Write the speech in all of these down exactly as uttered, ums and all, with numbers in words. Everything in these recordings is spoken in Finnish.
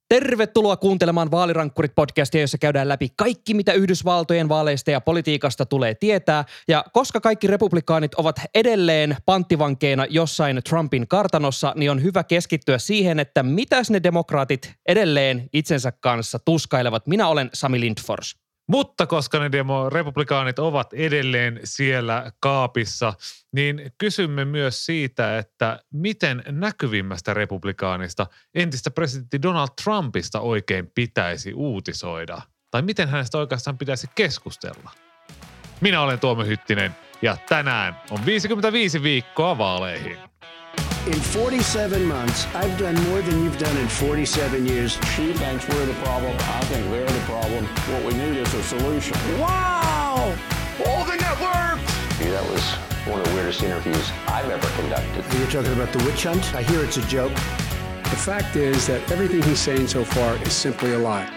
Tervetuloa kuuntelemaan Vaalirankkurit-podcastia, jossa käydään läpi kaikki, mitä Yhdysvaltojen vaaleista ja politiikasta tulee tietää. Ja koska kaikki republikaanit ovat edelleen panttivankeina jossain Trumpin kartanossa, niin on hyvä keskittyä siihen, että mitäs ne demokraatit edelleen itsensä kanssa tuskailevat. Minä olen Sami Lindfors. Mutta koska ne demo, republikaanit ovat edelleen siellä kaapissa, niin kysymme myös siitä, että miten näkyvimmästä republikaanista entistä presidentti Donald Trumpista oikein pitäisi uutisoida. Tai miten hänestä oikeastaan pitäisi keskustella. Minä olen Tuomo Hyttinen ja tänään on viisikymmentäviisi viikkoa vaaleihin. In forty-seven months, I've done more than you've done in forty-seven years. She thinks we're the problem. I think they're the problem. What we need is a solution. Wow! All the networks! That was one of the weirdest interviews I've ever conducted. You're talking about the witch hunt? I hear it's a joke. The fact is that everything he's saying so far is simply a lie.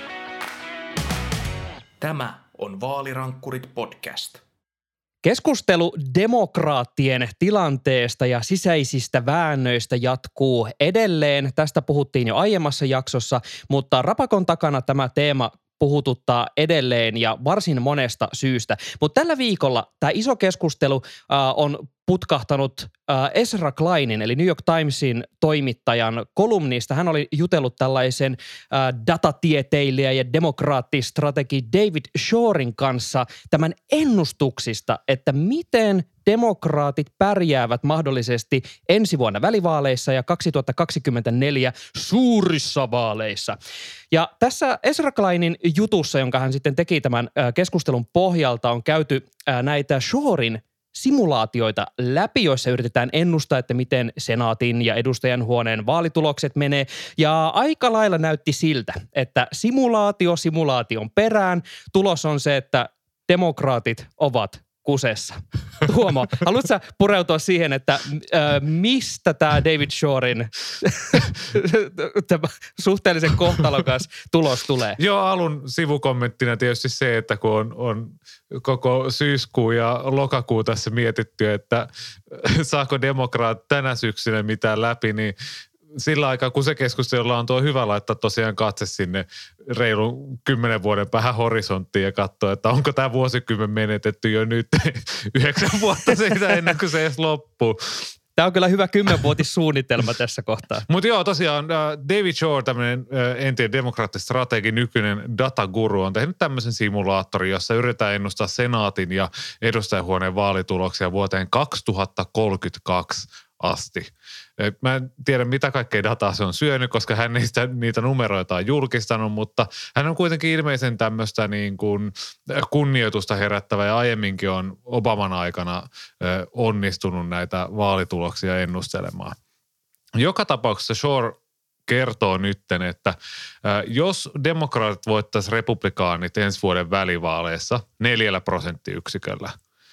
Tämä on Vaalirankkurit podcast. Keskustelu demokraattien tilanteesta ja sisäisistä väännöistä jatkuu edelleen. Tästä puhuttiin jo aiemmassa jaksossa, mutta rapakon takana tämä teema puhututtaa edelleen ja varsin monesta syystä. Mutta tällä viikolla tämä iso keskustelu äh, on putkahtanut äh, Ezra Kleinin, eli New York Timesin toimittajan kolumnista. Hän oli jutellut tällaisen äh, datatieteilijä ja demokraattistrategi David Shoren kanssa tämän ennustuksista, että miten demokraatit pärjäävät mahdollisesti ensi vuonna välivaaleissa ja kaksituhattakaksikymmentäneljä suurissa vaaleissa. Ja tässä Ezra Kleinin jutussa, jonka hän sitten teki tämän äh, keskustelun pohjalta, on käyty äh, näitä Shoren simulaatioita läpi, joissa yritetään ennustaa, että miten senaatin ja edustajanhuoneen vaalitulokset menee. Ja aika lailla näytti siltä, että simulaatio simulaation perään tulos on se, että demokraatit ovat kusessa. Tuomo, haluatko sä pureutua siihen, että äh, mistä tämä David Shoren suhteellisen kohtalokas tulos tulee? Joo, alun sivukommenttina tietysti se, että kun on, on koko syyskuu ja lokakuu tässä mietitty, että saako demokraat tänä syksynä mitään läpi, niin sillä aikaa, kun se keskustelulla on tuo hyvä laittaa tosiaan katse sinne reilun kymmenen vuoden päähän horisonttiin ja katsoa, että onko tämä vuosikymmen menetetty jo nyt yhdeksän vuotta siitä ennen kuin se edes loppuu. Tämä on kyllä hyvä kymmenvuotissuunnitelma tässä kohtaa. Mutta joo, tosiaan David Shore, tämmöinen entinen demokraattistrategi, nykyinen dataguru, on tehnyt tämmöisen simulaattorin, jossa yritetään ennustaa senaatin ja edustajahuoneen vaalituloksia vuoteen kaksituhattakolmekymmentäkaksi asti. Mä en tiedä, mitä kaikkea dataa se on syönyt, koska hän ei sitä, niitä numeroita on julkistanut, mutta hän on kuitenkin ilmeisen tämmöistä niin kuin kunnioitusta herättävä ja aiemminkin on Obaman aikana onnistunut näitä vaalituloksia ennustelemaan. Joka tapauksessa Shore kertoo nytten, että jos demokraatit voittaisi republikaanit ensi vuoden välivaaleissa neljällä prosenttiyksiköllä,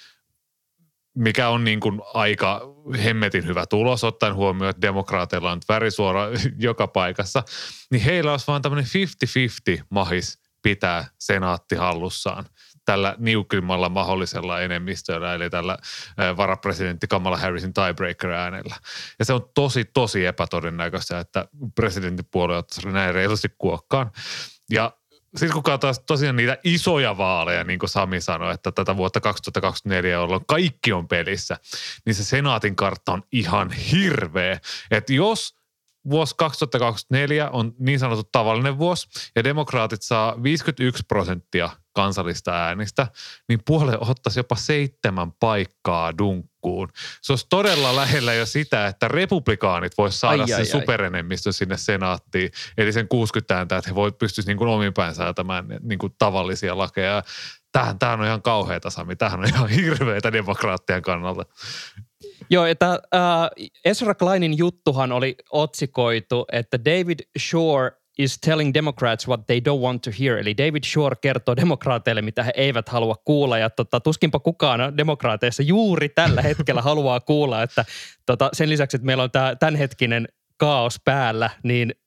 mikä on niin kuin aika hemmetin hyvä tulos, ottaen huomioon, että demokraateilla on värisuora joka paikassa, niin heillä olisi vaan tämmöinen viisikymmentä-viisikymmentä mahis pitää senaatti hallussaan tällä niukimmalla mahdollisella enemmistöllä, eli tällä varapresidentti Kamala Harrisin tiebreaker-äänellä. Ja se on tosi, tosi epätodennäköistä, että presidenttipuolue ottaisi näin reilusti kuokkaan. Ja sitten kun katsotaan tosiaan niitä isoja vaaleja, niin kuin Sami sanoi, että tätä vuotta kaksituhattakaksikymmentäneljä, jolloin kaikki on pelissä, niin se senaatin kartta on ihan hirveä. Että jos vuosi kaksituhattakaksikymmentäneljä on niin sanottu tavallinen vuosi ja demokraatit saa viisikymmentäyksi prosenttia kansallista äänistä, niin puolue ottaisi jopa seitsemän paikkaa dunkkuun. Se olisi todella lähellä jo sitä, että republikaanit vois saada ai, sen ai, superenemmistön ai. sinne senaattiin, eli sen kuusikymmentä ääntä, että he voi pystyisi niin kuin omin päin säätämään niin kuin tavallisia lakeja. Tämähän, tämähän on ihan kauheata, Sami. Tämähän on ihan hirveätä demokraattien kannalta. Joo, että äh, Ezra Kleinin juttuhan oli otsikoitu, että David Shore is telling Democrats what they don't want to hear. Eli David Shore kertoo demokraateille, mitä he eivät halua kuulla. Ja tota, tuskinpa kukaan demokraateissa juuri tällä hetkellä haluaa kuulla, että tota, sen lisäksi, että meillä on tämä tämänhetkinen kaos päällä, niin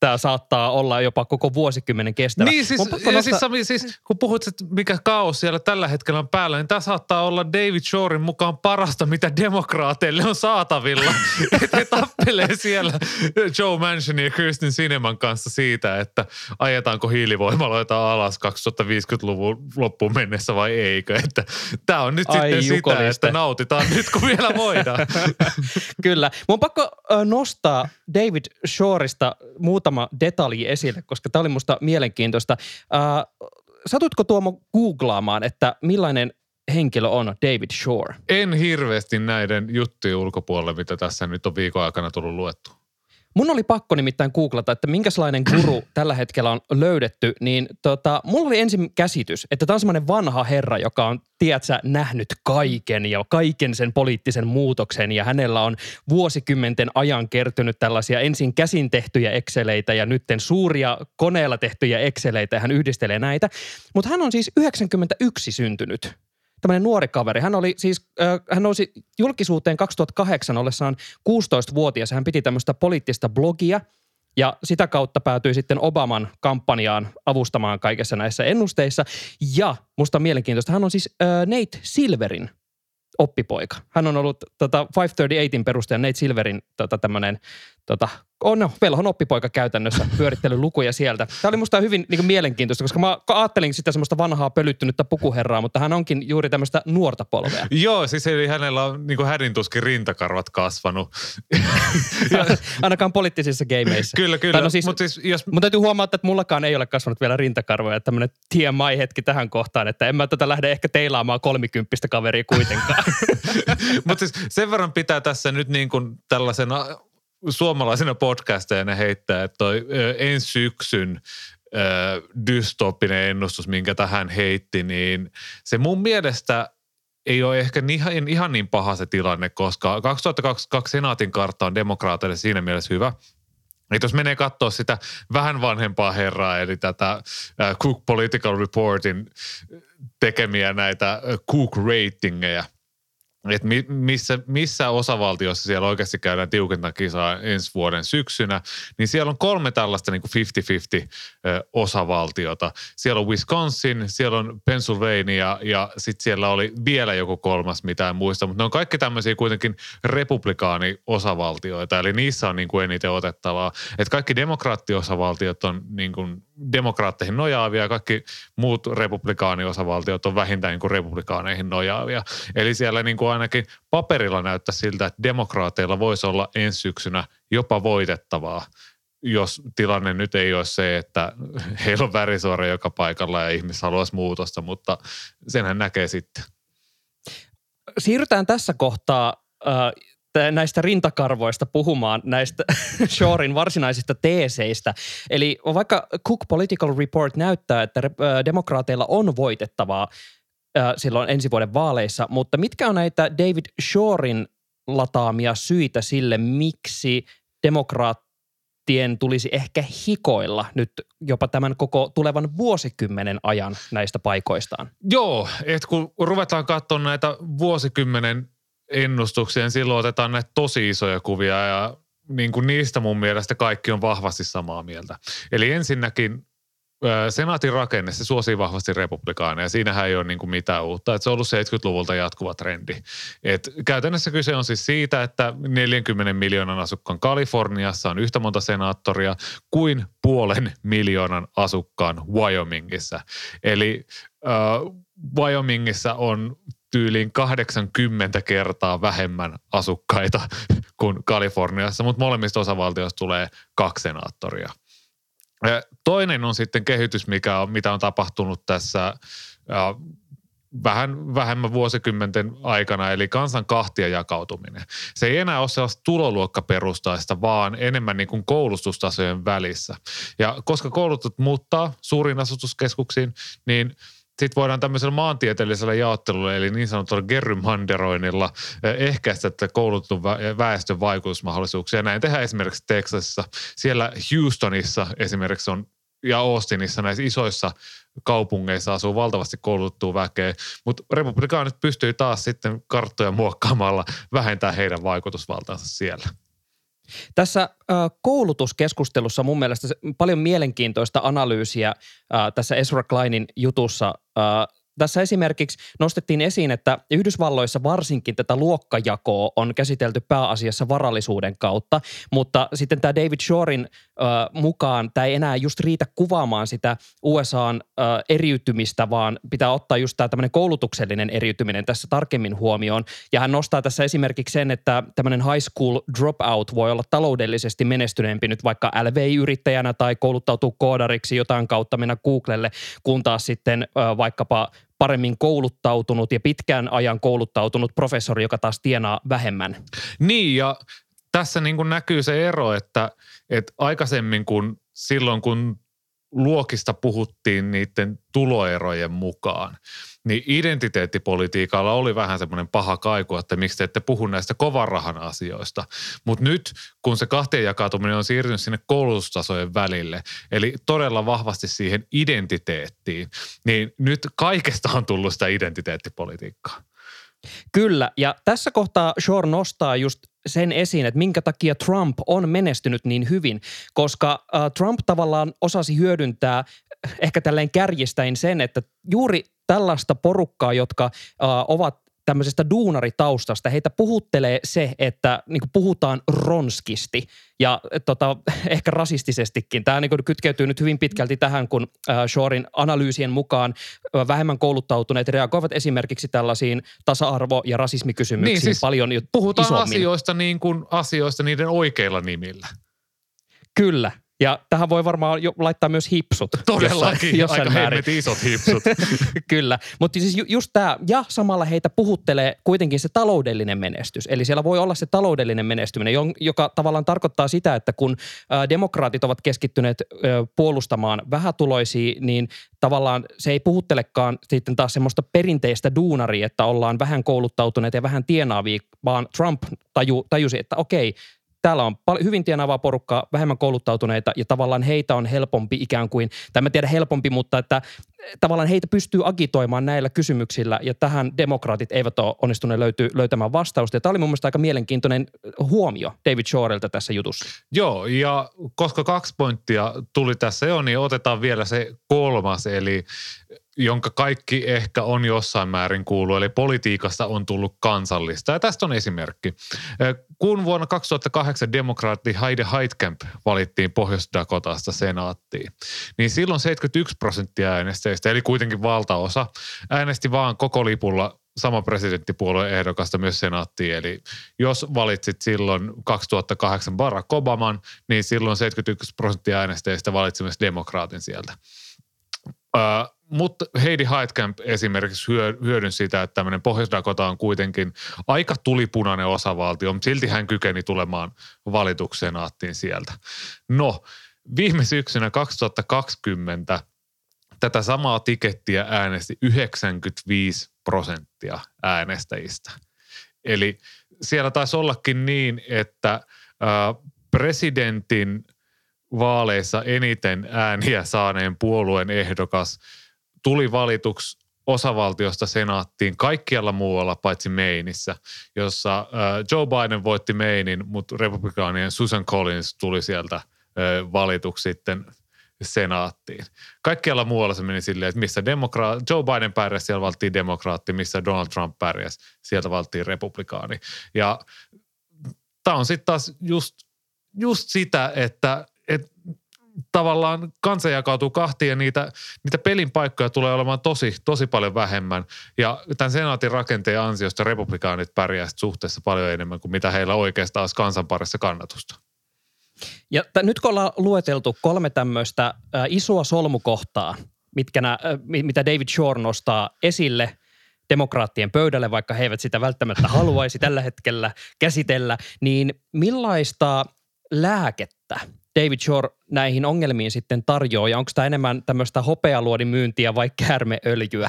tämä saattaa olla jopa koko vuosikymmenen kestävä. Niin siis, nostaa... ja siis, Sami, siis kun puhut, että mikä kaos siellä tällä hetkellä on päällä, niin tämä saattaa olla David Shoren mukaan parasta, mitä demokraateille on saatavilla. Että he tappelee siellä Joe Mancionin ja Kirsten Sineman kanssa siitä, että ajetaanko hiilivoimaloita alas kaksituhattaviisikymmentäluvun loppuun mennessä vai eikö. Että tämä on nyt Ai, sitten jukoliste. Sitä, että nautitaan nyt kun vielä voidaan. Kyllä. Mun on pakko nostaa David Shoresta muutama detalji esille, koska tämä oli musta mielenkiintoista. Uh, satutko Tuomo googlaamaan, että millainen henkilö on David Shore? En hirveästi näiden juttujen ulkopuolelle, mitä tässä nyt on viikon aikana tullut luettu. Mun oli pakko nimittäin googlata, että minkälainen guru tällä hetkellä on löydetty, niin tota, mulla oli ensin käsitys, että tämä on semmoinen vanha herra, joka on, tiedätkö, nähnyt kaiken ja kaiken sen poliittisen muutoksen ja hänellä on vuosikymmenten ajan kertynyt tällaisia ensin käsin tehtyjä exceleitä ja nytten suuria koneella tehtyjä exceleitä ja hän yhdistelee näitä. Mutta hän on siis yhdeksänkymmentäyksi syntynyt. Tällainen nuori kaveri. Hän oli siis, äh, hän nousi julkisuuteen kaksituhattakahdeksan ollessaan kuusitoistavuotias. Hän piti tämmöistä poliittista blogia ja sitä kautta päätyi sitten Obaman kampanjaan avustamaan kaikessa näissä ennusteissa. Ja musta on mielenkiintoista, hän on siis äh, Nate Silverin oppipoika. Hän on ollut tota, viisisataakolmekymmentäkahdeksan perustaja Nate Silverin tota, tämmöinen tota, on no, velhon oppipoika käytännössä, pyörittely lukuja sieltä. Tämä oli musta hyvin niin kuin mielenkiintoista, koska mä ajattelin sitä semmoista vanhaa pölyttynyttä pukuherraa, mutta hän onkin juuri tämmöistä nuorta polvea. Joo, siis eli hänellä on niin kuin hädintuskin rintakarvat kasvanut. Ainakaan poliittisissa gameissa. Kyllä, kyllä. No siis, Mut siis, jos... Mun täytyy huomata, että mullakaan ei ole kasvanut vielä rintakarvoja. Tämmöinen T M I-hetki tähän kohtaan, että en mä tätä lähde ehkä teilaamaan kolmikymppistä kaveria kuitenkaan. Mutta siis sen verran pitää tässä nyt niin kuin tällaisena suomalaisena podcastajana heittää, että toi ö, ensi syksyn ö, dystooppinen ennustus, minkä tähän heitti, niin se mun mielestä ei ole ehkä ihan, ihan niin paha se tilanne, koska kaksituhattakaksikymmentäkaksi senaatin kartta on demokraateille siinä mielessä hyvä. Että jos menee katsoa sitä vähän vanhempaa herraa, eli tätä Cook Political Reportin tekemiä näitä Cook ratingeja, että missä, missä osavaltiossa siellä oikeasti käydään tiukinta kisaa ensi vuoden syksynä, niin siellä on kolme tällaista niin kuin viisikymmentä viisikymmentä osavaltiota. Siellä on Wisconsin, siellä on Pennsylvania ja sitten siellä oli vielä joku kolmas, mitä en muista, mutta ne on kaikki tämmöisiä kuitenkin republikaaniosavaltioita, eli niissä on niin kuin eniten otettavaa. Että kaikki demokraattiosavaltiot on niin kuin demokraatteihin nojaavia ja kaikki muut republikaaniosavaltiot on vähintään niin kuin republikaaneihin nojaavia. Eli siellä niin kuin ainakin paperilla näyttää siltä, että demokraateilla voisi olla ensi syksynä jopa voitettavaa, jos tilanne nyt ei ole se, että heillä on värisuora joka paikalla ja ihmiset haluaisi muutosta, mutta senhän näkee sitten. Siirrytään tässä kohtaa äh, näistä rintakarvoista puhumaan näistä Shoren varsinaisista teeseistä. Eli vaikka Cook Political Report näyttää, että demokraateilla on voitettavaa silloin ensi vuoden vaaleissa, mutta mitkä on näitä David Shoren lataamia syitä sille, miksi demokraattien tulisi ehkä hikoilla nyt jopa tämän koko tulevan vuosikymmenen ajan näistä paikoistaan? Joo, että kun ruvetaan katsomaan näitä vuosikymmenen ennustuksia, niin silloin otetaan näitä tosi isoja kuvia ja niin kuin niistä mun mielestä kaikki on vahvasti samaa mieltä. Eli ensinnäkin senaatin rakenne, se suosii vahvasti republikaaneja. Siinähän ei ole niin kuin mitään uutta. Että se on ollut seitsemänkymmentäluvulta jatkuva trendi. Et käytännössä kyse on siis siitä, että neljänkymmenen miljoonan asukkaan Kaliforniassa on yhtä monta senaattoria kuin puolen miljoonan asukkaan Wyomingissa. Eli äh, Wyomingissa on tyyliin kahdeksankymmentä kertaa vähemmän asukkaita kuin Kaliforniassa, mutta molemmista osavaltioista tulee kaksi senaattoria. Toinen on sitten kehitys, mikä on, mitä on tapahtunut tässä äh, vähän vähemmän vuosikymmenten aikana, eli kansan kahtia jakautuminen. Se ei enää ole sellaista tuloluokkaperustaista, vaan enemmän niin kuin koulutustasojen välissä. Ja koska koulutut muuttaa suuriin asutuskeskuksiin, niin sitten voidaan tämmöisellä maantieteellisellä jaottelulla, eli niin sanotulla gerrymanderoinnilla, ehkäistä että koulutetun väestön vaikutusmahdollisuuksia. Näin tehdään esimerkiksi Texasissa. Siellä Houstonissa esimerkiksi on, ja Austinissa, näissä isoissa kaupungeissa asuu valtavasti koulutettua väkeä, mutta republikaanit pystyy taas sitten karttoja muokkaamalla vähentämään heidän vaikutusvaltaansa siellä. Tässä äh, koulutuskeskustelussa mun mielestä paljon mielenkiintoista analyysiä äh, tässä Ezra Kleinin jutussa. Äh, Tässä esimerkiksi nostettiin esiin, että Yhdysvalloissa varsinkin tätä luokkajakoa on käsitelty pääasiassa varallisuuden kautta, mutta sitten tämä David Shoren äh, mukaan tämä ei enää just riitä kuvaamaan sitä U S A:n äh, eriytymistä, vaan pitää ottaa just tämä tämmöinen koulutuksellinen eriytyminen tässä tarkemmin huomioon. Ja hän nostaa tässä esimerkiksi sen, että tämmöinen high school dropout voi olla taloudellisesti menestyneempi nyt vaikka L V I-yrittäjänä tai kouluttautua koodariksi jotain kautta mennä Googlelle, kun taas sitten äh, vaikkapa paremmin kouluttautunut ja pitkän ajan kouluttautunut professori, joka taas tienaa vähemmän. Niin, ja tässä niin kuin näkyy se ero, että, että aikaisemmin kun silloin kun luokista puhuttiin niiden tuloerojen mukaan, niin identiteettipolitiikalla oli vähän semmoinen paha kaiku, että miksi te ette puhu näistä kovan rahan asioista. Mutta nyt, kun se kahteen jakautuminen on siirtynyt sinne koulutustasojen välille, eli todella vahvasti siihen identiteettiin, niin nyt kaikesta on tullut sitä identiteettipolitiikkaa. Kyllä, ja tässä kohtaa Shore nostaa just sen esiin, että minkä takia Trump on menestynyt niin hyvin, koska äh, Trump tavallaan osasi hyödyntää ehkä tälleen kärjistäin sen, että juuri tällaista porukkaa, jotka äh, ovat tämmöisestä duunaritaustasta, heitä puhuttelee se, että niin kuin puhutaan ronskisti ja tota, ehkä rasistisestikin. Tämä niin kuin kytkeytyy nyt hyvin pitkälti tähän, kun äh, Shoren analyysien mukaan äh, vähemmän kouluttautuneet reagoivat esimerkiksi tällaisiin tasa-arvo- ja rasismikysymyksiin niin, siis paljon puhutaan isommin. asioista niin kuin asioista niiden oikeilla nimillä. Kyllä. Ja tähän voi varmaan jo laittaa myös hipsut. Todellakin, jossain, aika hemmetin isot hipsut. Kyllä, mutta siis ju, just tämä, ja samalla heitä puhuttelee kuitenkin se taloudellinen menestys. Eli siellä voi olla se taloudellinen menestyminen, joka tavallaan tarkoittaa sitä, että kun ä, demokraatit ovat keskittyneet ä, puolustamaan vähätuloisia, niin tavallaan se ei puhuttelekaan sitten taas semmoista perinteistä duunaria, että ollaan vähän kouluttautuneet ja vähän tienaavia, vaan Trump taju, tajusi, että okei, täällä on paljon, hyvin tienaavaa porukkaa, vähemmän kouluttautuneita ja tavallaan heitä on helpompi ikään kuin, tai mä tiedän helpompi, mutta että tavallaan heitä pystyy agitoimaan näillä kysymyksillä ja tähän demokraatit eivät ole onnistuneet löyty, löytämään vastausta. Ja tämä oli mun mielestä aika mielenkiintoinen huomio David Shorelta tässä jutussa. Joo, ja koska kaksi pointtia tuli tässä jo, niin otetaan vielä se kolmas, eli jonka kaikki ehkä on jossain määrin kuullut, eli politiikasta on tullut kansallista. Ja tästä on esimerkki. Kun vuonna kaksituhattakahdeksan demokraatti Heidi Heitkamp valittiin Pohjois-Dakotasta senaattiin, niin silloin seitsemänkymmentäyksi prosenttia äänestäjistä, eli kuitenkin valtaosa, äänesti vaan koko lipulla sama presidenttipuolueen ehdokasta myös senaattiin. Eli jos valitsit silloin kaksituhattakahdeksan Barack Obaman, niin silloin seitsemänkymmentäyksi prosenttia äänestäjistä valitsi myös demokraatin sieltä. Uh, mutta Heidi Heitkamp esimerkiksi hyö, hyödyn sitä, että tämmöinen Pohjois-Dakota on kuitenkin aika tulipunainen osavaltio, mutta silti hän kykeni tulemaan valituksi senaattiin sieltä. No, viime syksynä kaksituhattakaksikymmentä tätä samaa tikettiä äänesti yhdeksänkymmentäviisi prosenttia äänestäjistä. Eli siellä taisi ollakin niin, että uh, presidentin vaaleissa eniten ääniä saaneen puolueen ehdokas tuli valituksi osavaltiosta senaattiin kaikkialla muualla paitsi Mainissä, jossa Joe Biden voitti Mainin, mutta republikaanien Susan Collins tuli sieltä valituksi sitten senaattiin. Kaikkialla muualla se meni silleen, että missä demokra- Joe Biden pärjäsi, siellä valttiin demokraatti, missä Donald Trump pärjäsi, sieltä valttiin republikaani. Ja tämä on sitten taas just, just sitä, että et tavallaan kansa jakautuu kahtiin ja niitä, niitä pelin paikkoja tulee olemaan tosi, tosi paljon vähemmän. Ja tämän senaatin rakenteen ansiosta republikaanit pärjäävät suhteessa paljon enemmän kuin mitä heillä oikeastaan olisi kansan parissa kannatusta. Ja t- nyt kun ollaan lueteltu kolme tämmöistä äh, isoa solmukohtaa, mitkä nä, äh, mitä David Shore nostaa esille demokraattien pöydälle, vaikka he eivät sitä välttämättä haluaisi tällä hetkellä käsitellä, niin millaista lääkettä David Shore näihin ongelmiin sitten tarjoaa, ja onko tämä enemmän tämmöistä hopealuodin myyntiä vai käärmeöljyä?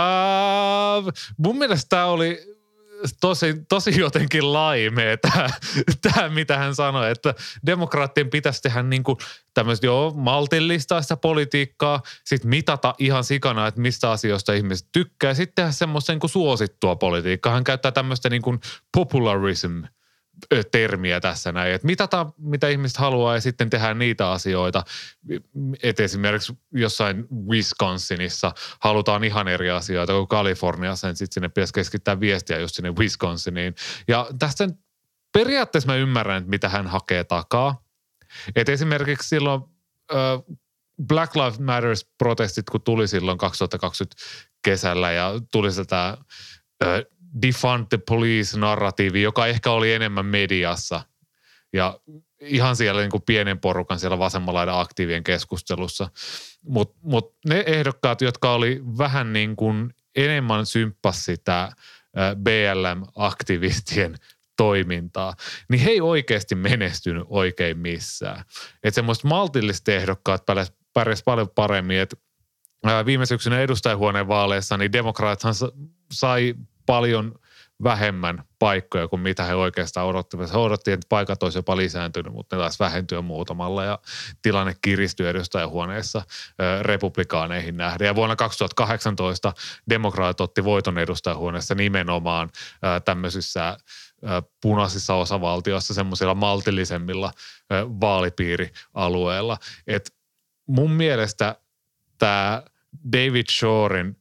Uh, mun mielestä tämä oli tosi, tosi jotenkin laimea tämä, tämä, mitä hän sanoi, että demokraattien pitäisi tehdä niin kuin tämmöistä jo maltillista sitä politiikkaa, sitten mitata ihan sikana, että mistä asioista ihmiset tykkää, sitten tehdä semmoista niin kuin suosittua politiikkaa. Hän käyttää tämmöistä niin kuin popularism termiä tässä näin, että mitataan mitä ihmiset haluaa ja sitten tehdään niitä asioita, että esimerkiksi jossain Wisconsinissa halutaan ihan eri asioita kuin Kaliforniassa, niin sitten sinne pitäisi keskittää viestiä just sinne Wisconsiniin. Ja tästä periaatteessa mä ymmärrän, että mitä hän hakee takaa. Että esimerkiksi silloin äh, Black Lives Matters-protestit, kun tuli silloin kaksituhattakaksikymmentä kesällä ja tuli sitä äh, defund the police-narratiivi, joka ehkä oli enemmän mediassa ja ihan siellä niin kuin pienen porukan siellä vasemmalla laidan aktiivien keskustelussa. Mutta mut ne ehdokkaat, jotka oli vähän niin kuin enemmän symppas sitä äh, B L M-aktivistien toimintaa, niin he ei oikeasti menestynyt oikein missään. Että semmoista maltilliset ehdokkaat pärjäs paljon paremmin, että viime syksynä edustajahuoneen vaaleissa niin demokraathan sai paljon vähemmän paikkoja kuin mitä he oikeastaan odottivat. He odottivat, että paikat olisi jopa lisääntynyt, mutta ne taisi vähentyä muutamalla ja tilanne kiristyi edustajahuoneessa republikaaneihin nähden. Ja vuonna kaksituhattakahdeksantoista demokraatit otti voiton edustajahuoneessa nimenomaan tämmöisissä punaisissa osavaltioissa semmoisilla maltillisemmilla vaalipiirialueilla. Et mun mielestä tämä David Shoren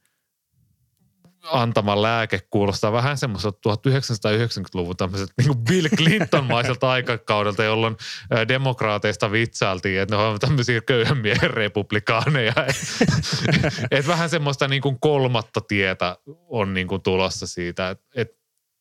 antama lääke kuulostaa vähän semmoiselta tuhatyhdeksänsataayhdeksänkymmentäluvun tämmöiseltä niin kuin Bill Clinton-maiselta aikakaudelta, jolloin demokraateista vitsailtiin, että ne on tämmöisiä köyhän miehen republikaaneja. Että et vähän semmoista niin kuin kolmatta tietä on niin kuin tulossa siitä, että et,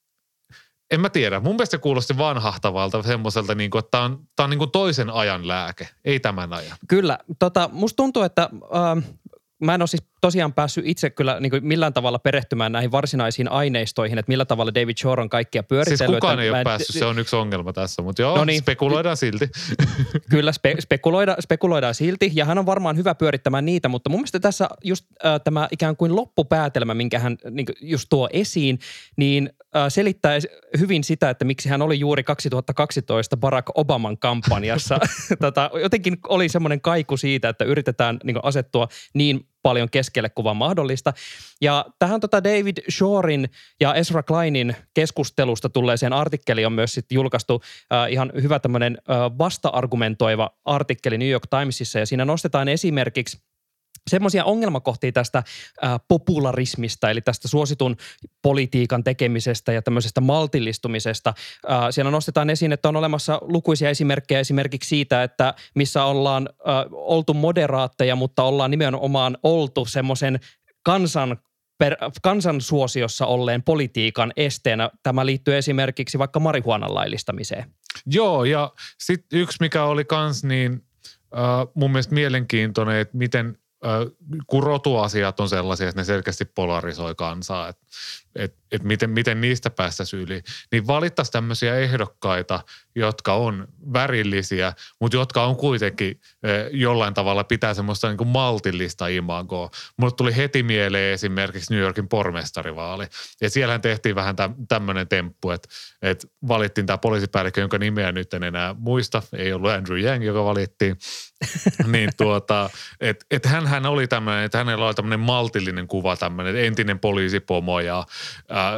en mä tiedä. Mun mielestä se kuulosti vanhahtavalta semmoiselta, niin kuin, että tämä on, tää on niin kuin toisen ajan lääke, ei tämän ajan. Kyllä. Tota, musta tuntuu, että äh, mä en ole siis tosiaan päässyt itse kyllä niin kuin millään tavalla perehtymään näihin varsinaisiin aineistoihin, että millä tavalla David Shore on kaikkia pyöritellyt. Siis kukaan ei ole en, päässyt, se on yksi ongelma tässä, mutta joo, no niin, spekuloidaan silti. Kyllä, spe, spekuloida, spekuloidaan silti ja hän on varmaan hyvä pyörittämään niitä, mutta mun mielestä tässä just äh, tämä ikään kuin loppupäätelmä, minkä hän niin kuin just tuo esiin, niin äh, selittää hyvin sitä, että miksi hän oli juuri kaksituhattakaksitoista Barack Obaman kampanjassa. tota, jotenkin oli semmoinen kaiku siitä, että yritetään niin kuin asettua niin paljon keskelle kuin vaan mahdollista. Ja tähän tota David Shoren ja Ezra Kleinin keskustelusta tulleeseen artikkeliin on myös sitten julkaistu äh, ihan hyvä tämmöinen äh, vasta-argumentoiva artikkeli New York Timesissa ja siinä nostetaan esimerkiksi semmoisia ongelmakohtia tästä äh, popularismista, eli tästä suositun politiikan tekemisestä ja tämmöisestä maltillistumisesta. Äh, siellä nostetaan esiin, että on olemassa lukuisia esimerkkejä esimerkiksi siitä, että missä ollaan äh, oltu moderaatteja, mutta ollaan nimenomaan oltu semmoisen kansan Per, kansan suosiossa olleen politiikan esteenä. Tämä liittyy esimerkiksi vaikka marihuonan laillistamiseen. Joo, ja sitten yksi, mikä oli kans niin äh, mun mielestä mielenkiintoinen, että miten kun rotuasiat on sellaisia, että ne selkeästi polarisoi kansaa, että et, et miten, miten niistä päästäisiin yli, niin valittaisiin tämmöisiä ehdokkaita, jotka on värillisiä, mutta jotka on kuitenkin jollain tavalla pitää semmoista niin kuin maltillista imagoa. Mulle tuli heti mieleen esimerkiksi New Yorkin pormestarivaali. Ja siellähän tehtiin vähän täm, tämmöinen temppu, että, että valittiin tämä poliisipäällikkö, jonka nimeä nyt en enää muista. Ei ollut Andrew Yang, joka valittiin. niin tuota, että et hänhän oli tämmöinen, että hänellä oli tämmöinen maltillinen kuva, tämmöinen entinen poliisipomo ja ää,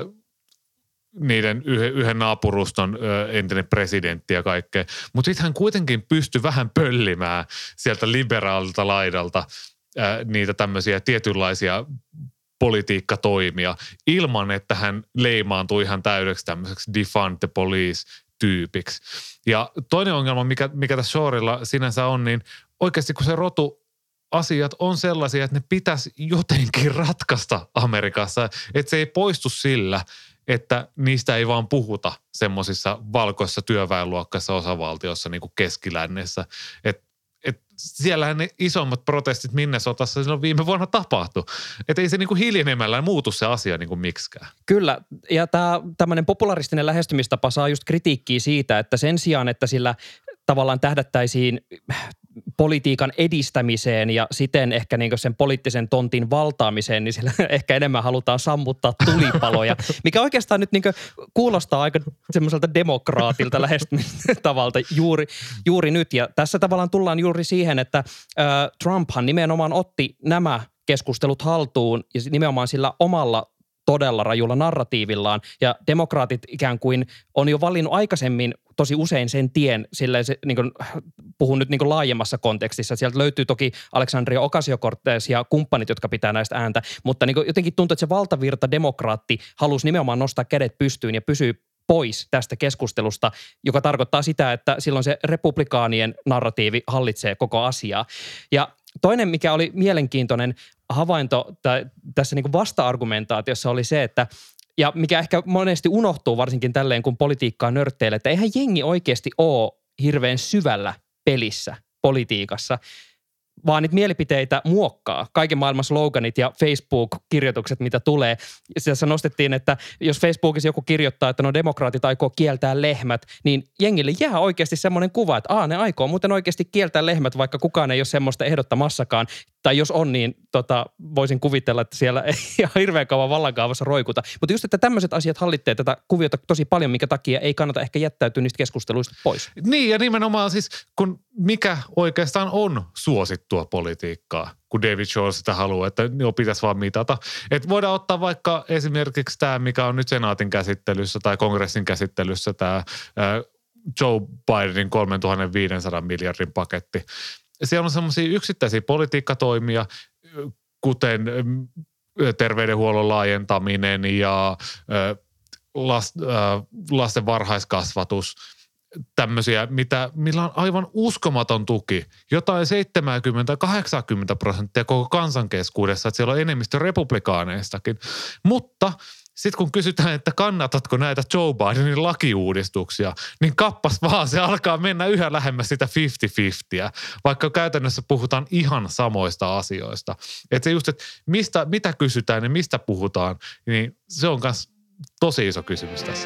niiden yhden, yhden naapuruston ää, entinen presidentti ja kaikkea. Mutta sitten hän kuitenkin pystyi vähän pöllimään sieltä liberaalilta laidalta ää, niitä tämmöisiä tietynlaisia politiikkatoimia ilman, että hän leimaantui ihan täydeksi tämmöiseksi defund the police tyypiksi. Ja toinen ongelma, mikä, mikä tässä Shorella sinänsä on, niin oikeasti kun se rotu asiat on sellaisia, että ne pitäisi jotenkin ratkaista Amerikassa, että se ei poistu sillä, että niistä ei vaan puhuta semmoisissa valkoissa työväenluokkaisissa osavaltioissa niin kuin keskilännessä. Että et siellähän ne isommat protestit Minnesotassa silloin viime vuonna tapahtui. Että ei se niin kuin hiljenemällä muutu se asia niin kuin miksikään. Kyllä, ja tämä tämmöinen popularistinen lähestymistapa saa just kritiikkiä siitä, että sen sijaan, että sillä tavallaan tähdättäisiin politiikan edistämiseen ja siten ehkä niin kuin sen poliittisen tontin valtaamiseen, niin sillä ehkä enemmän halutaan sammuttaa tulipaloja, mikä oikeastaan nyt niin kuin kuulostaa aika semmoiselta demokraatilta lähestymistavalta juuri, juuri nyt. Ja tässä tavallaan tullaan juuri siihen, että äh, Trumphan nimenomaan otti nämä keskustelut haltuun ja nimenomaan sillä omalla todella rajulla narratiivillaan ja demokraatit ikään kuin on jo valinnut aikaisemmin tosi usein sen tien, silleen se, niin kuin, puhun nyt niin kuin laajemmassa kontekstissa. Sieltä löytyy toki Alexandria Ocasio-Cortez ja kumppanit, jotka pitää näistä ääntä, mutta niin kuin jotenkin tuntuu, että se valtavirta demokraatti halusi nimenomaan nostaa kädet pystyyn ja pysyä pois tästä keskustelusta, joka tarkoittaa sitä, että silloin se republikaanien narratiivi hallitsee koko asiaa. Ja toinen, mikä oli mielenkiintoinen havainto tässä niin kuin vasta-argumentaatiossa oli se, että ja mikä ehkä monesti unohtuu varsinkin tälleen, kun politiikkaa nörtteilee, että eihän jengi oikeasti ole hirveän syvällä pelissä politiikassa, vaan niitä mielipiteitä muokkaa. Kaiken maailman sloganit ja Facebook-kirjoitukset, mitä tulee. Tässä nostettiin, että jos Facebookissa joku kirjoittaa, että no demokraatit aikoo kieltää lehmät, niin jengille jää oikeasti semmoinen kuva, että aa, ne aikoo muuten oikeasti kieltää lehmät, vaikka kukaan ei ole semmoista ehdottamassakaan. Tai jos on, niin tota, voisin kuvitella, että siellä ei ihan hirveän kauan vallankaavassa roikuta. Mutta just, että tämmöiset asiat hallittee tätä kuviota tosi paljon, mikä takia ei kannata ehkä jättäytyä niistä keskusteluista pois. Niin, ja nimenomaan siis, kun mikä oikeastaan on suosittua politiikkaa, kun David Shore sitä haluaa, että jo pitäisi vaan mitata. Että voidaan ottaa vaikka esimerkiksi tämä, mikä on nyt senaatin käsittelyssä tai kongressin käsittelyssä, tämä Joe Bidenin kolmetuhattaviisisataa miljardin paketti. Siellä on semmoisia yksittäisiä politiikkatoimia, kuten terveydenhuollon laajentaminen ja lasten varhaiskasvatus, tämmöisiä, mitä, millä on aivan uskomaton tuki. Jotain seitsemänkymmentä kahdeksankymmentä prosenttia koko kansankeskuudessa, että siellä on enemmistö republikaaneistakin. Mutta sitten kun kysytään, että kannatatko näitä Joe Bidenin lakiuudistuksia, niin kappas vaan se alkaa mennä yhä lähemmäs sitä viisikymmentä viisikymmentä, vaikka käytännössä puhutaan ihan samoista asioista. Että se just, että mistä, mitä kysytään ja mistä puhutaan, niin se on myös tosi iso kysymys tässä.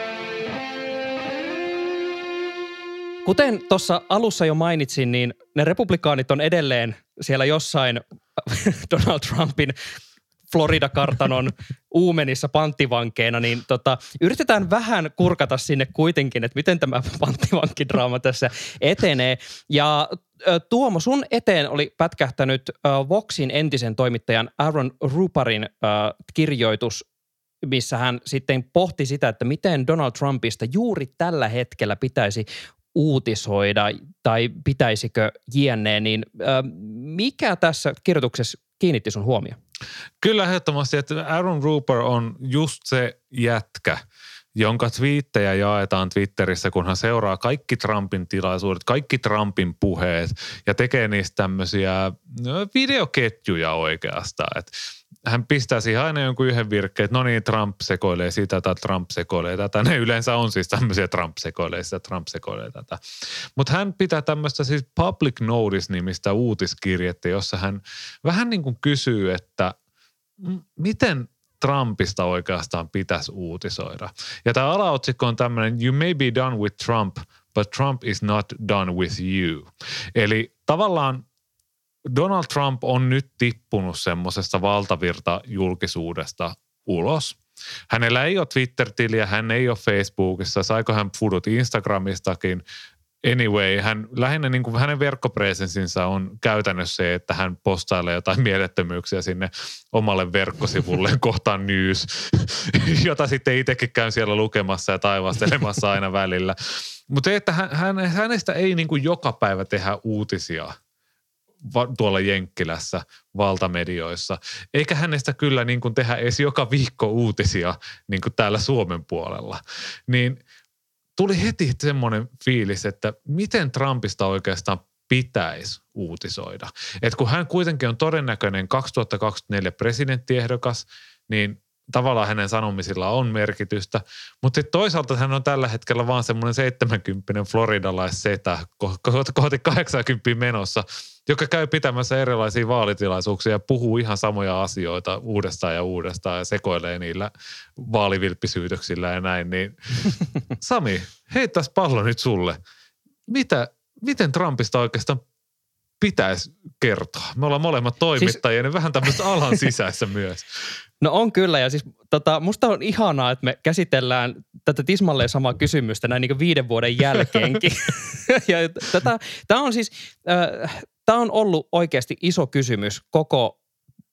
Kuten tuossa alussa jo mainitsin, niin ne republikaanit on edelleen siellä jossain Donald Trumpin Florida-kartanon uumenissa panttivankeina, niin tota, yritetään vähän kurkata sinne kuitenkin, että miten tämä panttivankidraama tässä etenee. Ja ä, Tuomo, sun eteen oli pätkähtänyt ä, Voxin entisen toimittajan Aaron Ruparin ä, kirjoitus, missä hän sitten pohti sitä, että miten Donald Trumpista juuri tällä hetkellä pitäisi uutisoida tai pitäisikö jne, niin ä, mikä tässä kirjoituksessa kiinnitti sun huomioon? Kyllä ehdottomasti, että Aaron Ruper on just se jätkä, jonka twiittejä jaetaan Twitterissä, kun hän seuraa kaikki Trumpin tilaisuudet, kaikki Trumpin puheet ja tekee niistä tämmöisiä videoketjuja oikeastaan. Että hän pistää siihen aina jonkun yhden virkkeen, että no niin, Trump sekoilee sitä tai Trump sekoilee tätä. Ne yleensä on siis tämmöisiä Trump sekoilee sitä, Trump sekoilee tätä. Mutta hän pitää tämmöistä siis Public Notice-nimistä uutiskirjettä, jossa hän vähän niin kuin kysyy, että miten Trumpista oikeastaan pitäisi uutisoida. Ja tämä alaotsikko on tämmöinen, you may be done with Trump, but Trump is not done with you. Eli tavallaan Donald Trump on nyt tippunut semmoisesta valtavirta-julkisuudesta ulos. Hänellä ei ole Twitter-tiliä, hän ei ole Facebookissa, saiko hän fudut Instagramistakin. Anyway, hän, lähinnä niin kuin hänen verkkopresenssinsä on käytännössä se, että hän postailee jotain mielettömyyksiä sinne omalle verkkosivulleen kohtaan news, jota sitten itsekin käyn siellä lukemassa ja taivastelemassa aina välillä. Mutta että hän, hänestä ei niin kuin joka päivä tehdä uutisia tuolla Jenkkilässä, valtamedioissa. Eikä hänestä kyllä niin kuin tehdä edes joka viikko uutisia niin kuin täällä Suomen puolella. Niin tuli heti semmoinen fiilis, että miten Trumpista oikeastaan pitäisi uutisoida. Että kun hän kuitenkin on todennäköinen kaksituhattakaksikymmentäneljä presidenttiehdokas, niin tavallaan hänen sanomisilla on merkitystä, mutta toisaalta hän on tällä hetkellä vaan semmoinen seitsemänkymppinen floridalaissetä kohti kahdeksankymmentä menossa, joka käy pitämässä erilaisia vaalitilaisuuksia ja puhuu ihan samoja asioita uudestaan ja uudestaan ja sekoilee niillä vaalivilppisyytöksillä ja näin. Niin Sami, heittäisi pallo nyt sulle. Mitä, miten Trumpista oikeastaan pitäisi kertoa? Me ollaan molemmat toimittajia, siis niin vähän tämmöistä alan sisässä myös. No on kyllä, ja siis tota, musta on ihanaa, että me käsitellään tätä tismalleen samaa kysymystä näin niin kuin viiden vuoden jälkeenkin. ja tätä, tämä on siis, äh, tämä on ollut oikeasti iso kysymys koko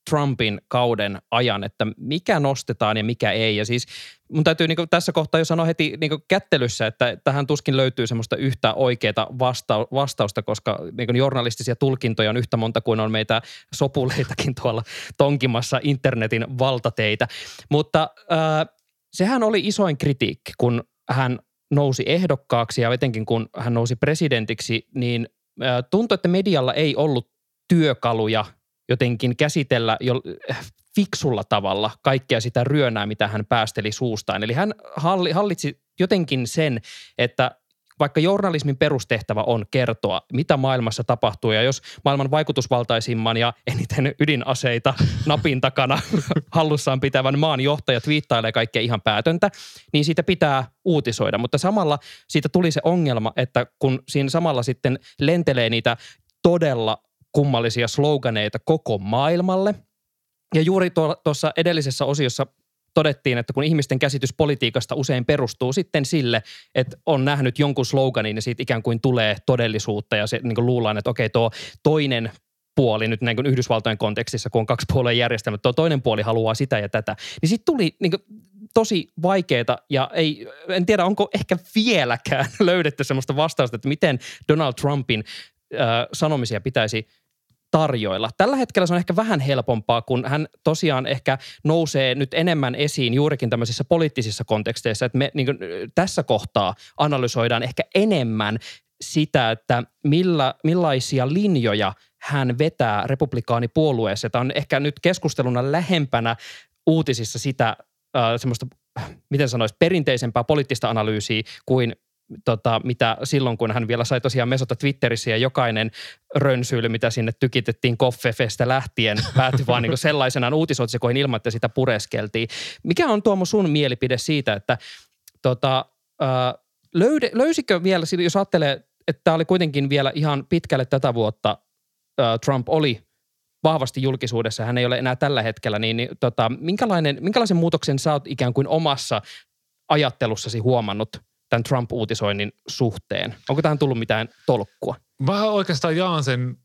Trumpin kauden ajan, että mikä nostetaan ja mikä ei. Ja siis mun täytyy niin kuin tässä kohtaa jo sanoa heti niin kuin kättelyssä, että tähän tuskin löytyy semmoista yhtä oikeaa vasta- vastausta, koska niin kuin journalistisia tulkintoja on yhtä monta kuin on meitä sopuleitakin tuolla tonkimassa internetin valtateitä. Mutta äh, sehän oli isoin kritiikki, kun hän nousi ehdokkaaksi ja etenkin kun hän nousi presidentiksi, niin äh, tuntui, että medialla ei ollut työkaluja jotenkin käsitellä jo fiksulla tavalla kaikkea sitä ryönää, mitä hän päästeli suustaan. Eli hän hallitsi jotenkin sen, että vaikka journalismin perustehtävä on kertoa, mitä maailmassa tapahtuu, ja jos maailman vaikutusvaltaisimman ja eniten ydinaseita napin takana hallussaan pitävän maan johtaja twiittailee kaikkea ihan päätöntä, niin siitä pitää uutisoida. Mutta samalla siitä tuli se ongelma, että kun siinä samalla sitten lentelee niitä todella kummallisia sloganeita koko maailmalle. Ja juuri tuossa edellisessä osiossa todettiin, että kun ihmisten käsitys politiikasta usein perustuu sitten sille, että on nähnyt jonkun sloganin ja siitä ikään kuin tulee todellisuutta ja se niin kuin luullaan, että okei tuo toinen puoli nyt näin kuin Yhdysvaltojen kontekstissa, kun on kaksi puolueen järjestelmä, tuo toinen puoli haluaa sitä ja tätä, niin siitä tuli niin kuin tosi vaikeaa ja ei, en tiedä onko ehkä vieläkään löydetty semmoista vastausta, että miten Donald Trumpin äh, sanomisia pitäisi tarjoilla. Tällä hetkellä se on ehkä vähän helpompaa, kun hän tosiaan ehkä nousee nyt enemmän esiin juurikin tämmöisissä poliittisissa konteksteissa, että me niin kuin tässä kohtaa analysoidaan ehkä enemmän sitä, että millä, millaisia linjoja hän vetää republikaanipuolueessa. Tämä on ehkä nyt keskusteluna lähempänä uutisissa sitä äh, semmoista, miten sanoisi, perinteisempää poliittista analyysiä kuin Tota, mitä silloin, kun hän vielä sai tosiaan mesota Twitterissä ja jokainen rönsyily, mitä sinne tykitettiin Koffefestä lähtien, päätyi vaan niin sellaisenaan uutisotsikoihin ilman, että sitä pureskeltiin. Mikä on Tuomo sun mielipide siitä, että tota, ää, löyde, löysikö vielä, jos ajattelee, että tämä oli kuitenkin vielä ihan pitkälle tätä vuotta, ää, Trump oli vahvasti julkisuudessa, hän ei ole enää tällä hetkellä, niin, niin tota, minkälainen, minkälaisen muutoksen sä oot ikään kuin omassa ajattelussasi huomannut tämän Trump-uutisoinnin suhteen? Onko tähän tullut mitään tolkkua? Mä oikeastaan jaan sen,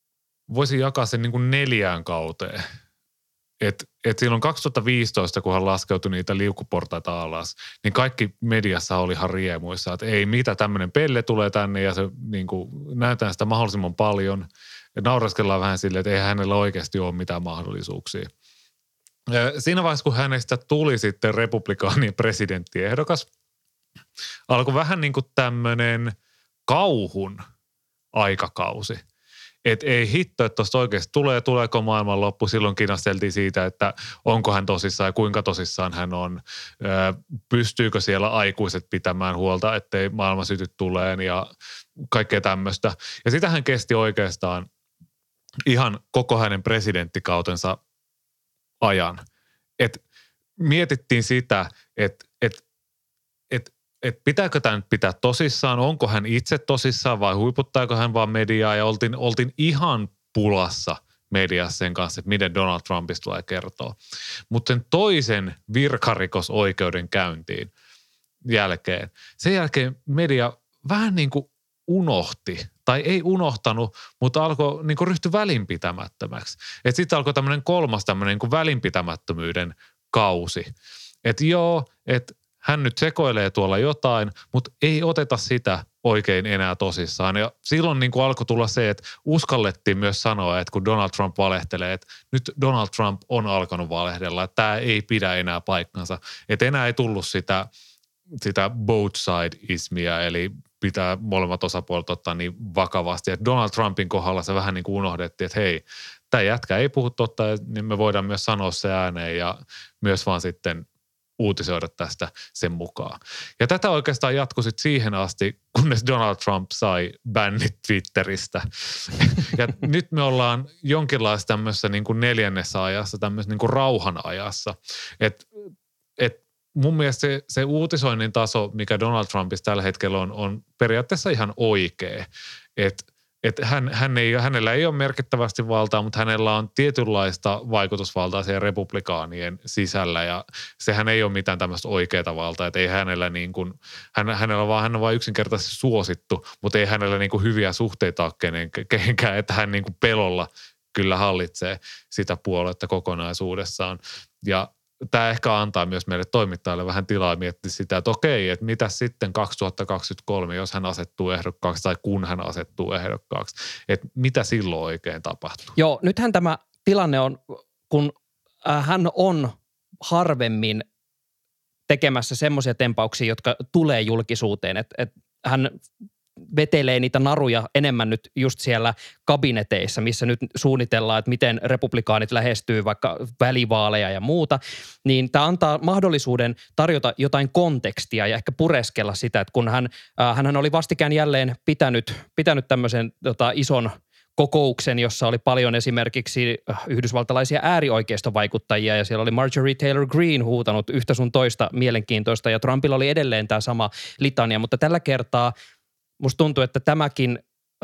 voisin jakaa sen niin kuin neljään kauteen. Että et silloin kaksituhattaviisitoista, kun hän laskeutui niitä liukuportaita alas, niin kaikki mediassa oli ihan riemuissa, että ei mitä tämmöinen pelle tulee tänne ja se niin kuin näytetään sitä mahdollisimman paljon. Ja nauraskellaan vähän silleen, että ei hänellä oikeasti ole mitään mahdollisuuksia. Ja siinä vaiheessa, kun hänestä tuli sitten republikaanien presidenttiehdokas, alkoi vähän niin kuin tämmöinen kauhun aikakausi. Että ei hitto, että tuosta oikeasti tulee, tuleeko maailmanloppu. Silloin kinasteltiin siitä, että onko hän tosissaan ja kuinka tosissaan hän on. Pystyykö siellä aikuiset pitämään huolta, ettei maailma syty tuleen ja kaikkea tämmöistä. Ja sitä hän kesti oikeastaan ihan koko hänen presidenttikautensa ajan. Et mietittiin sitä, että et, et, et pitääkö tämä nyt pitää tosissaan, onko hän itse tosissaan vai huiputtaako hän vaan mediaa ja oltiin, oltiin ihan pulassa mediassa sen kanssa, että miten Donald Trumpista tulee kertoa. Mutta sen toisen virkarikosoikeuden käyntiin jälkeen, sen jälkeen media vähän niin kuin unohti, tai ei unohtanut, mutta alkoi niin kuin ryhtyä välinpitämättömäksi. Että sitten alkoi tämmöinen kolmas tämmöinen niin kuin välinpitämättömyyden kausi. Että joo, että hän nyt sekoilee tuolla jotain, mutta ei oteta sitä oikein enää tosissaan. Ja silloin niin kuin alkoi tulla se, että uskallettiin myös sanoa, että kun Donald Trump valehtelee, että nyt Donald Trump on alkanut valehdella, että tämä ei pidä enää paikkansa. Että enää ei tullut sitä, sitä both side-ismia, eli pitää molemmat osapuolet ottaa niin vakavasti. Että Donald Trumpin kohdalla se vähän niin kuin unohdettiin, että hei, tämä jätkä ei puhu totta, niin me voidaan myös sanoa se ääneen ja myös vaan sitten uutisoida tästä sen mukaan. Ja tätä oikeastaan jatkui sitten siihen asti, kunnes Donald Trump sai bännit Twitteristä. Ja nyt me ollaan jonkinlaisessa tämmöisessä niin kuin neljännessä ajassa, tämmöisessä niin kuin rauhan ajassa. Että et mun mielestä se, se uutisoinnin taso, mikä Donald Trumpissa tällä hetkellä on, on periaatteessa ihan oikea. Että Että hän, hän ei, hänellä ei ole merkittävästi valtaa, mutta hänellä on tietynlaista vaikutusvaltaa siellä republikaanien sisällä ja sehän ei ole mitään tämmöistä oikeaa valtaa, että ei hänellä niin kuin, hän, hänellä vaan, hän on vain yksinkertaisesti suosittu, mutta ei hänellä niin kuin hyviä suhteita ole kenenkään, että hän niin kuin pelolla kyllä hallitsee sitä puoluetta kokonaisuudessaan. Ja tämä ehkä antaa myös meille toimittajille vähän tilaa miettiä sitä, että okei, että mitä sitten kaksituhattakaksikymmentäkolme, jos hän asettuu ehdokkaaksi tai kun hän asettuu ehdokkaaksi, että mitä silloin oikein tapahtuu? Joo, nythän tämä tilanne on, kun hän on harvemmin tekemässä semmoisia tempauksia, jotka tulee julkisuuteen, että, että hän vetelee niitä naruja enemmän nyt just siellä kabineteissa, missä nyt suunnitellaan, että miten republikaanit lähestyy vaikka välivaaleja ja muuta, niin tämä antaa mahdollisuuden tarjota jotain kontekstia ja ehkä pureskella sitä, että kun hän, äh, hän oli vastikään jälleen pitänyt, pitänyt tämmöisen tota, ison kokouksen, jossa oli paljon esimerkiksi yhdysvaltalaisia äärioikeistovaikuttajia ja siellä oli Marjorie Taylor Greene huutanut yhtä sun toista mielenkiintoista ja Trumpilla oli edelleen tämä sama litania, mutta tällä kertaa musta tuntuu, että tämäkin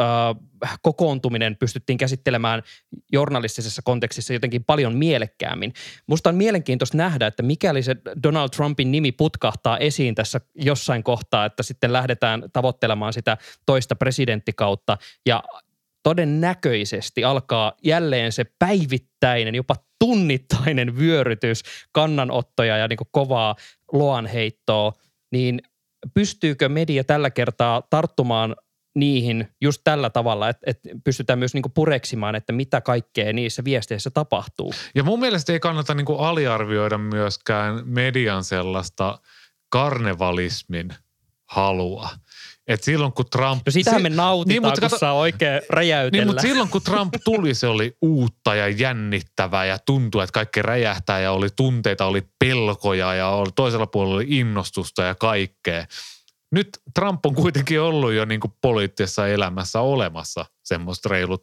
äh, kokoontuminen pystyttiin käsittelemään journalistisessa kontekstissa jotenkin paljon mielekkäämmin. Musta on mielenkiintoista nähdä, että mikäli se Donald Trumpin nimi putkahtaa esiin tässä jossain kohtaa, että sitten lähdetään tavoittelemaan sitä toista presidenttikautta ja todennäköisesti alkaa jälleen se päivittäinen, jopa tunnittainen vyörytys, kannanottoja ja niin kuin kovaa loanheittoa, niin pystyykö media tällä kertaa tarttumaan niihin just tällä tavalla, että, että pystytään myös niin kuin pureksimaan, että mitä kaikkea niissä viesteissä tapahtuu? Ja mun mielestä ei kannata niin kuin aliarvioida myöskään median sellaista karnevalismin halua. Et silloin kun Trump... No sitähän me nautitaan, niin, kun kato, saa oikein räjäytellä. Niin, mutta silloin kun Trump tuli, se oli uutta ja jännittävää ja tuntui, että kaikki räjähtää ja oli tunteita, oli pelkoja ja oli, toisella puolella oli innostusta ja kaikkea. Nyt Trump on kuitenkin ollut jo niin kuin poliittisessa elämässä olemassa semmoista reilut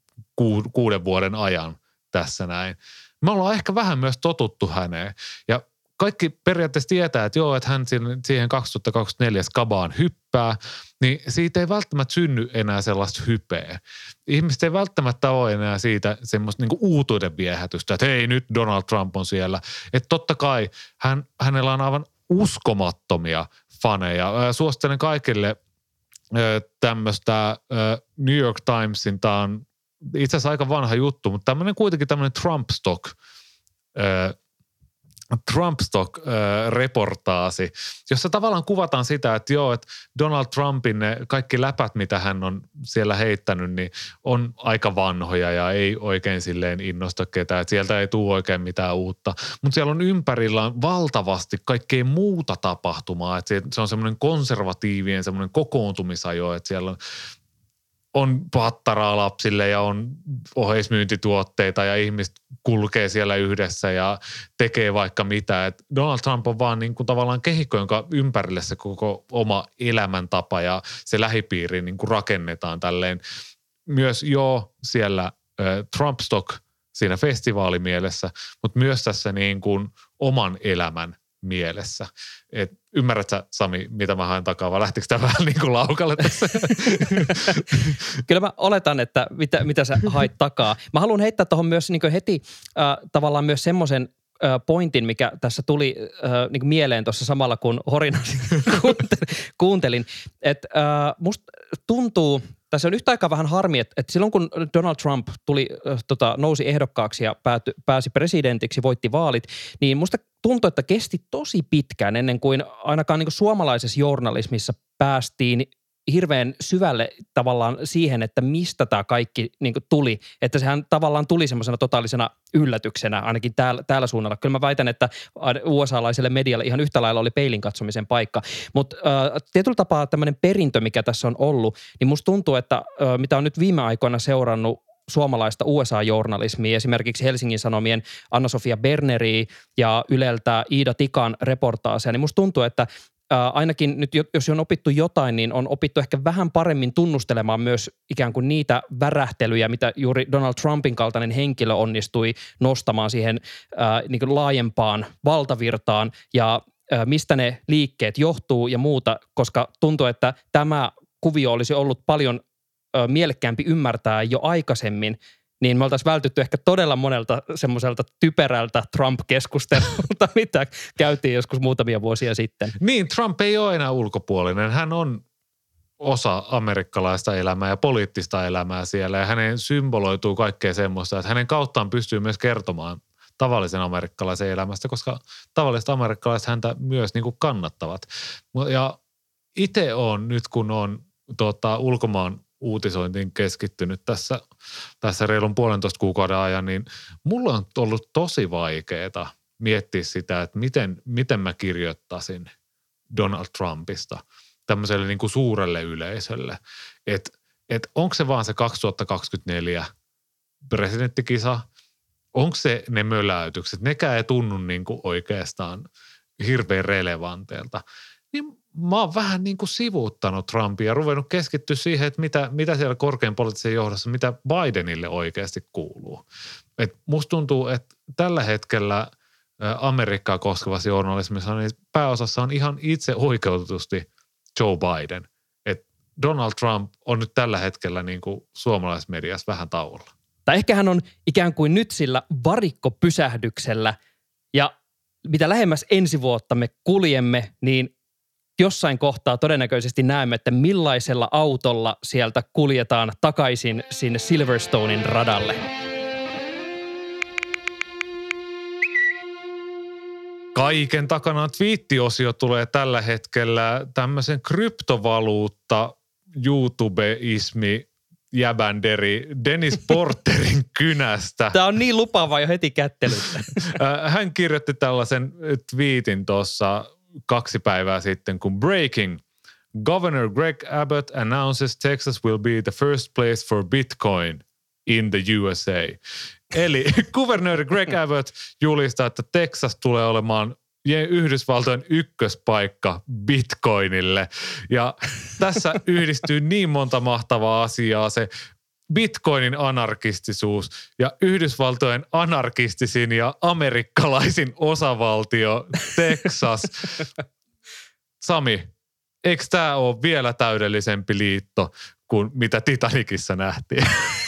ku, kuuden vuoden ajan tässä näin. Me ollaan ehkä vähän myös totuttu häneen ja kaikki periaatteessa tietää, että joo, että hän siihen kaksituhattakaksikymmentäneljä skabaan hyppää, niin siitä ei välttämättä synny enää sellaista hypeä. Ihmiset ei välttämättä ole enää siitä semmoista niinku uutuuden viehätystä, että hei, nyt Donald Trump on siellä. Että totta kai hän, hänellä on aivan uskomattomia faneja. Suosittelen kaikille tämmöistä New York Timesin, tämä on itse asiassa aika vanha juttu, mutta tämmöinen kuitenkin tämmöinen Trump stock Trumpstock-reportaasi, jossa tavallaan kuvataan sitä, että joo, että Donald Trumpin ne kaikki läpät, mitä hän on siellä heittänyt, niin on aika vanhoja ja ei oikein silleen innosta ketään. Että sieltä ei tule oikein mitään uutta. Mutta siellä on ympärillä valtavasti kaikkea muuta tapahtumaa. Että se on semmoinen konservatiivien semmoinen kokoontumisajo, että siellä on on pattaraa lapsille ja on oheismyyntituotteita ja ihmiset kulkee siellä yhdessä ja tekee vaikka mitä. Et Donald Trump on vaan niin kuin tavallaan kehikko, jonka ympärille se koko oma elämäntapa ja se lähipiiri niin kuin rakennetaan tälleen. Myös jo siellä äh, Trump Stock siinä festivaalimielessä, mutta myös tässä niin kuin oman elämän mielessä. Et ymmärrät sä, Sami, mitä mä haen takaa, vai lähtikö tämä vähän niin kuin laukalle tässä? Kyllä mä oletan, että mitä, mitä sä hait takaa. Mä haluan heittää tuohon myös niin kuin heti äh, tavallaan myös semmoisen äh, pointin, mikä tässä tuli äh, niin kuin mieleen tuossa samalla, kun Horina kuuntelin. Että äh, musta tuntuu, tässä on yhtä aikaa vähän harmi, että, että silloin kun Donald Trump tuli, äh, tota, nousi ehdokkaaksi ja pääty, pääsi presidentiksi, voitti vaalit, niin musta tuntui, että kesti tosi pitkään ennen kuin ainakaan niin kuin suomalaisessa journalismissa päästiin hirveän syvälle tavallaan siihen, että mistä tämä kaikki niin kuin tuli. Että sehän tavallaan tuli semmoisena totaalisena yllätyksenä ainakin täällä, täällä suunnalla. Kyllä mä väitän, että U S A-laiselle medialle ihan yhtä lailla oli peilin katsomisen paikka. Mutta äh, tietyllä tapaa tämmöinen perintö, mikä tässä on ollut, niin musta tuntuu, että äh, mitä on nyt viime aikoina seurannut suomalaista U S A-journalismia, esimerkiksi Helsingin Sanomien Anna-Sofia Berneriä ja Yleltä Iida Tikan reportaaseja, niin musta tuntuu, että ää, ainakin nyt jos on opittu jotain, niin on opittu ehkä vähän paremmin tunnustelemaan myös ikään kuin niitä värähtelyjä, mitä juuri Donald Trumpin kaltainen henkilö onnistui nostamaan siihen ää, niin kuin laajempaan valtavirtaan ja ää, mistä ne liikkeet johtuu ja muuta, koska tuntuu, että tämä kuvio olisi ollut paljon mielekkäämpi ymmärtää jo aikaisemmin, niin me oltaisiin vältytty ehkä todella monelta semmoiselta typerältä Trump-keskustelulta, mitä käytiin joskus muutamia vuosia sitten. Niin, Trump ei ole enää ulkopuolinen. Hän on osa amerikkalaista elämää ja poliittista elämää siellä. Ja hänen symboloituu kaikkea semmoista, että hänen kauttaan pystyy myös kertomaan tavallisen amerikkalaisen elämästä, koska tavalliset amerikkalaiset häntä myös niin kuin kannattavat. Ja itse on nyt, kun on tota, ulkomaan uutisointiin keskittynyt tässä, tässä reilun puolentoista kuukauden ajan, niin mulla on ollut tosi vaikeaa miettiä sitä, että miten, miten mä kirjoittaisin Donald Trumpista tämmöiselle niin kuin suurelle yleisölle. Että et onko se vaan se kaksituhattakaksikymmentäneljä presidenttikisa, onko se ne möläytykset, nekään ei tunnu niin kuin oikeastaan hirveän relevanteilta. Niin mä oon vähän niin kuin sivuuttanut Trumpia ja ruvennut keskittyä siihen, että mitä, mitä siellä korkean poliittisen johdossa, mitä Bidenille oikeasti kuuluu. Et musta tuntuu, että tällä hetkellä Amerikkaa koskevassa journalismissa niin pääosassa on ihan itse oikeutetusti Joe Biden. Et Donald Trump on nyt tällä hetkellä niin kuin suomalaismediassa vähän tauolla. Tai ehkä hän on ikään kuin nyt sillä varikkopysähdyksellä ja mitä lähemmäs ensi vuotta me kuljemme, niin jossain kohtaa todennäköisesti näemme, että millaisella autolla sieltä kuljetaan takaisin sinne Silverstonein radalle. Kaiken takana twiittiosio tulee tällä hetkellä tämmöisen kryptovaluutta YouTubeismi jäbänderi Dennis Porterin kynästä. Tämä on niin lupaava jo heti kättelystä. Hän kirjoitti tällaisen twiitin tuossa kaksi päivää sitten, kun breaking. Governor Greg Abbott announces Texas will be the first place for Bitcoin in the U S A. Eli kuvernööri Greg Abbott julistaa, että Texas tulee olemaan Yhdysvaltojen ykköspaikka Bitcoinille. Ja tässä yhdistyy niin monta mahtavaa asiaa. Se Bitcoinin anarkistisuus ja Yhdysvaltojen anarkistisin ja amerikkalaisin osavaltio Texas. Sami, eikö tämä ole vielä täydellisempi liitto kuin mitä Titanicissa nähtiin?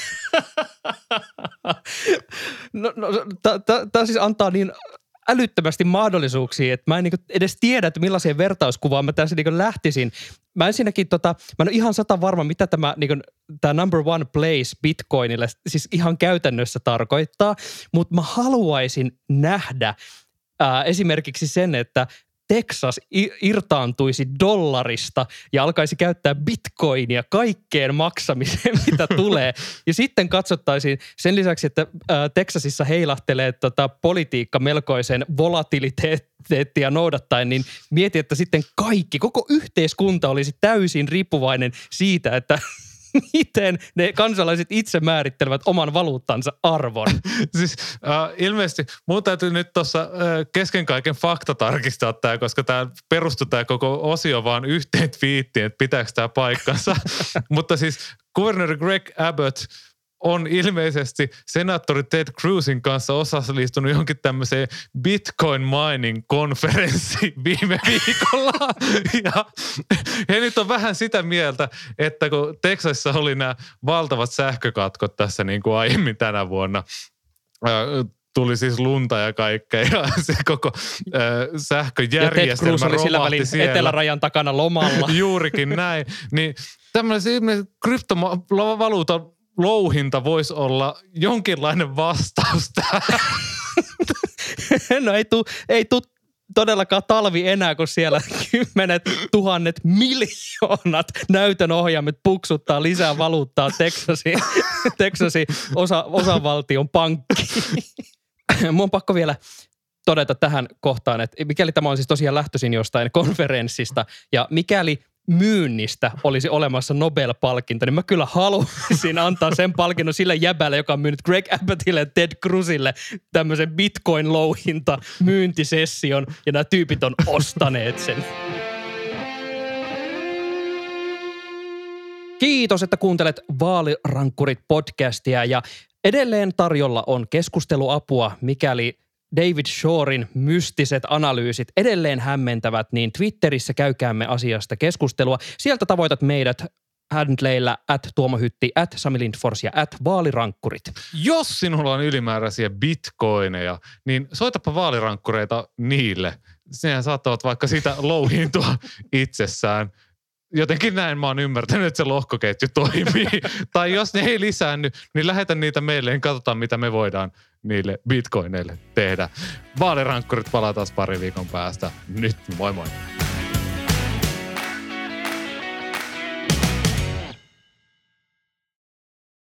No, no tämä siis antaa niin älyttömästi mahdollisuuksia, että mä en niinku edes tiedä, että millaiseen vertauskuvaan mä tässä niinku lähtisin. Mä ensinnäkin tota, mä en ole ihan sata varma, mitä tämä niinku, tämä number one place Bitcoinille siis ihan käytännössä tarkoittaa, mutta mä haluaisin nähdä ää, esimerkiksi sen, että Texas irtaantuisi dollarista ja alkaisi käyttää bitcoinia kaikkeen maksamiseen, mitä tulee. Ja sitten katsottaisiin sen lisäksi, että Texasissa heilahtelee tota politiikka melkoisen volatiliteettia noudattaen, niin mieti, että sitten kaikki, koko yhteiskunta olisi täysin riippuvainen siitä, että miten ne kansalaiset itse määrittelevät oman valuuttansa arvon. Siis äh, ilmeisesti mun täytyy nyt tuossa äh, kesken kaiken fakta tarkistaa tämä, koska tämä perustuu tämä koko osio vaan yhteen twiittiin, että pitääkö tämä paikkansa. Mutta siis kuvernööri Greg Abbott on ilmeisesti senaattori Ted Cruzin kanssa osallistunut johonkin tämmöiseen Bitcoin mining-konferenssiin viime viikolla. Ja he nyt on vähän sitä mieltä, että kun Texasissa oli nämä valtavat sähkökatkot tässä niin kuin aiemmin tänä vuonna, tuli siis lunta ja kaikkea ja se koko äh, sähköjärjestelmä ja Ted Cruz oli sillä välin etelärajan takana lomalla. Juurikin näin. Niin tämmöinen kryptovaluutan louhinta voisi olla jonkinlainen vastaus tähän. No ei tuu, ei tuu todellakaan talvi enää, kun siellä kymmenet tuhannet miljoonat näytönohjaimet puksuttaa lisää valuuttaa Texasin, Texasin osa, osavaltion pankkiin. Mun on pakko vielä todeta tähän kohtaan, että mikäli tämä on siis tosiaan lähtöisin jostain konferenssista ja mikäli myynnistä olisi olemassa Nobel-palkinto, niin mä kyllä haluaisin antaa sen palkinnon sille jäbälle, joka on myynyt Greg Abbottille ja Ted Cruzille tämmöisen Bitcoin-louhinta myyntisession ja nämä tyypit on ostaneet sen. Kiitos, että kuuntelet Vaalirankkurit-podcastia ja edelleen tarjolla on keskusteluapua, mikäli David Shoren mystiset analyysit edelleen hämmentävät, niin Twitterissä käykäämme asiasta keskustelua. Sieltä tavoitat meidät handleilla at Tuomo Hytti, at Sami Lindfors ja at Vaalirankkurit. Jos sinulla on ylimääräisiä bitcoineja, niin soitapa vaalirankkureita niille. Nehän saattavat vaikka sitä louhiintua itsessään. jotenkin näin mä oon ymmärtänyt, että se lohkoketju toimii. Tai jos ne ei lisäänny, niin lähetä niitä meille ja katsotaan, mitä me voidaan niille bitcoineille tehdä. Vaalirankkurit palataan pari viikon päästä. Nyt moi moi.